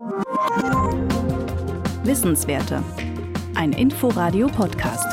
Wissenswerte. Ein Inforadio-Podcast.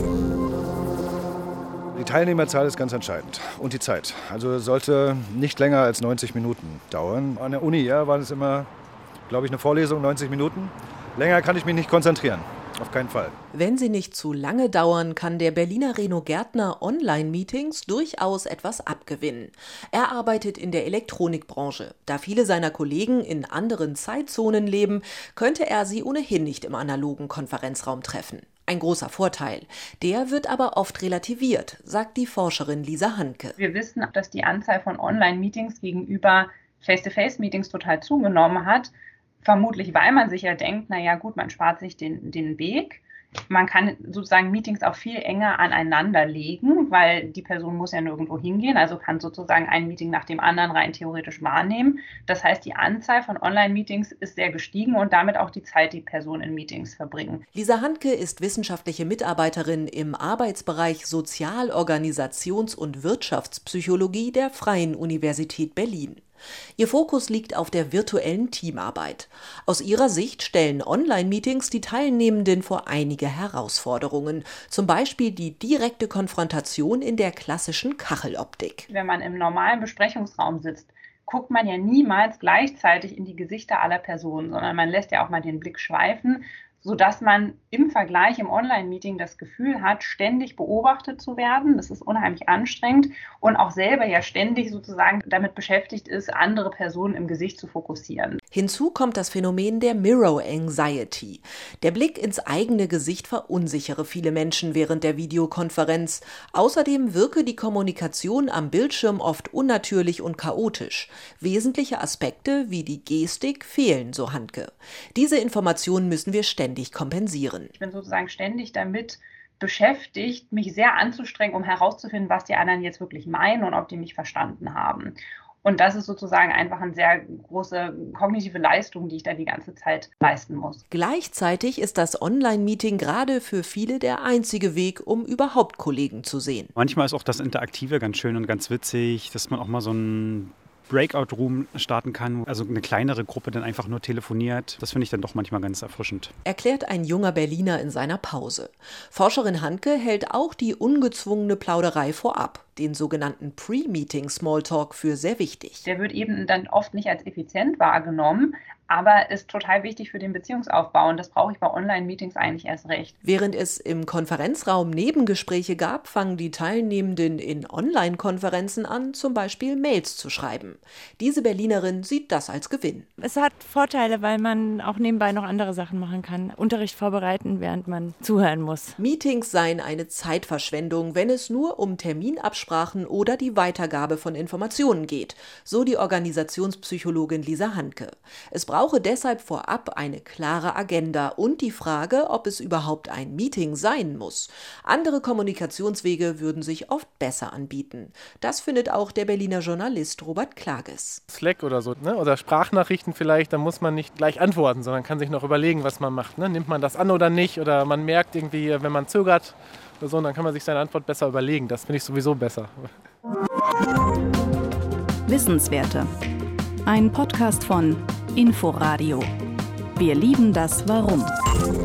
Die Teilnehmerzahl ist ganz entscheidend und die Zeit. Also sollte nicht länger als 90 Minuten dauern. An der Uni war das immer, glaube ich, eine Vorlesung, 90 Minuten. Länger kann ich mich nicht konzentrieren. Auf keinen Fall. Wenn sie nicht zu lange dauern, kann der Berliner Reno Gärtner Online-Meetings durchaus etwas abgewinnen. Er arbeitet in der Elektronikbranche. Da viele seiner Kollegen in anderen Zeitzonen leben, könnte er sie ohnehin nicht im analogen Konferenzraum treffen. Ein großer Vorteil. Der wird aber oft relativiert, sagt die Forscherin Lisa Handke. Wir wissen, dass die Anzahl von Online-Meetings gegenüber Face-to-Face-Meetings total zugenommen hat. Vermutlich, weil man sich ja denkt, naja gut, man spart sich den Weg. Man kann sozusagen Meetings auch viel enger aneinander legen, weil die Person muss ja nirgendwo hingehen, also kann sozusagen ein Meeting nach dem anderen rein theoretisch wahrnehmen. Das heißt, die Anzahl von Online-Meetings ist sehr gestiegen und damit auch die Zeit, die Personen in Meetings verbringen. Lisa Handke ist wissenschaftliche Mitarbeiterin im Arbeitsbereich Sozial-, Organisations- und Wirtschaftspsychologie der Freien Universität Berlin. Ihr Fokus liegt auf der virtuellen Teamarbeit. Aus ihrer Sicht stellen Online-Meetings die Teilnehmenden vor einige Herausforderungen, zum Beispiel die direkte Konfrontation in der klassischen Kacheloptik. Wenn man im normalen Besprechungsraum sitzt, guckt man ja niemals gleichzeitig in die Gesichter aller Personen, sondern man lässt ja auch mal den Blick schweifen, sodass man im Vergleich im Online-Meeting das Gefühl hat, ständig beobachtet zu werden. Das ist unheimlich anstrengend und auch selber ja ständig sozusagen damit beschäftigt ist, andere Personen im Gesicht zu fokussieren. Hinzu kommt das Phänomen der Mirror Anxiety. Der Blick ins eigene Gesicht verunsichere viele Menschen während der Videokonferenz. Außerdem wirke die Kommunikation am Bildschirm oft unnatürlich und chaotisch. Wesentliche Aspekte wie die Gestik fehlen, so Handke. Diese Informationen müssen wir ständig kompensieren. Ich bin sozusagen ständig damit beschäftigt, mich sehr anzustrengen, um herauszufinden, was die anderen jetzt wirklich meinen und ob die mich verstanden haben. Und das ist sozusagen einfach eine sehr große kognitive Leistung, die ich da die ganze Zeit leisten muss. Gleichzeitig ist das Online-Meeting gerade für viele der einzige Weg, um überhaupt Kollegen zu sehen. Manchmal ist auch das Interaktive ganz schön und ganz witzig, dass man auch mal so ein Breakout-Room starten kann, also eine kleinere Gruppe dann einfach nur telefoniert. Das finde ich dann doch manchmal ganz erfrischend. Erklärt ein junger Berliner in seiner Pause. Forscherin Handke hält auch die ungezwungene Plauderei vorab, den sogenannten Pre-Meeting-Smalltalk, für sehr wichtig. Der wird eben dann oft nicht als effizient wahrgenommen, aber ist total wichtig für den Beziehungsaufbau und das brauche ich bei Online-Meetings eigentlich erst recht. Während es im Konferenzraum Nebengespräche gab, fangen die Teilnehmenden in Online-Konferenzen an, zum Beispiel Mails zu schreiben. Diese Berlinerin sieht das als Gewinn. Es hat Vorteile, weil man auch nebenbei noch andere Sachen machen kann. Unterricht vorbereiten, während man zuhören muss. Meetings seien eine Zeitverschwendung, wenn es nur um Terminabsprachen oder die Weitergabe von Informationen geht, so die Organisationspsychologin Lisa Handke. Es brauche deshalb vorab eine klare Agenda und die Frage, ob es überhaupt ein Meeting sein muss. Andere Kommunikationswege würden sich oft besser anbieten. Das findet auch der Berliner Journalist Robert Klages. Slack oder so, ne? Oder Sprachnachrichten vielleicht, da muss man nicht gleich antworten, sondern kann sich noch überlegen, was man macht. Ne? Nimmt man das an oder nicht? Oder man merkt irgendwie, wenn man zögert oder so, dann kann man sich seine Antwort besser überlegen. Das finde ich sowieso besser. Wissenswerte. Ein Podcast von Inforadio. Wir lieben das Warum.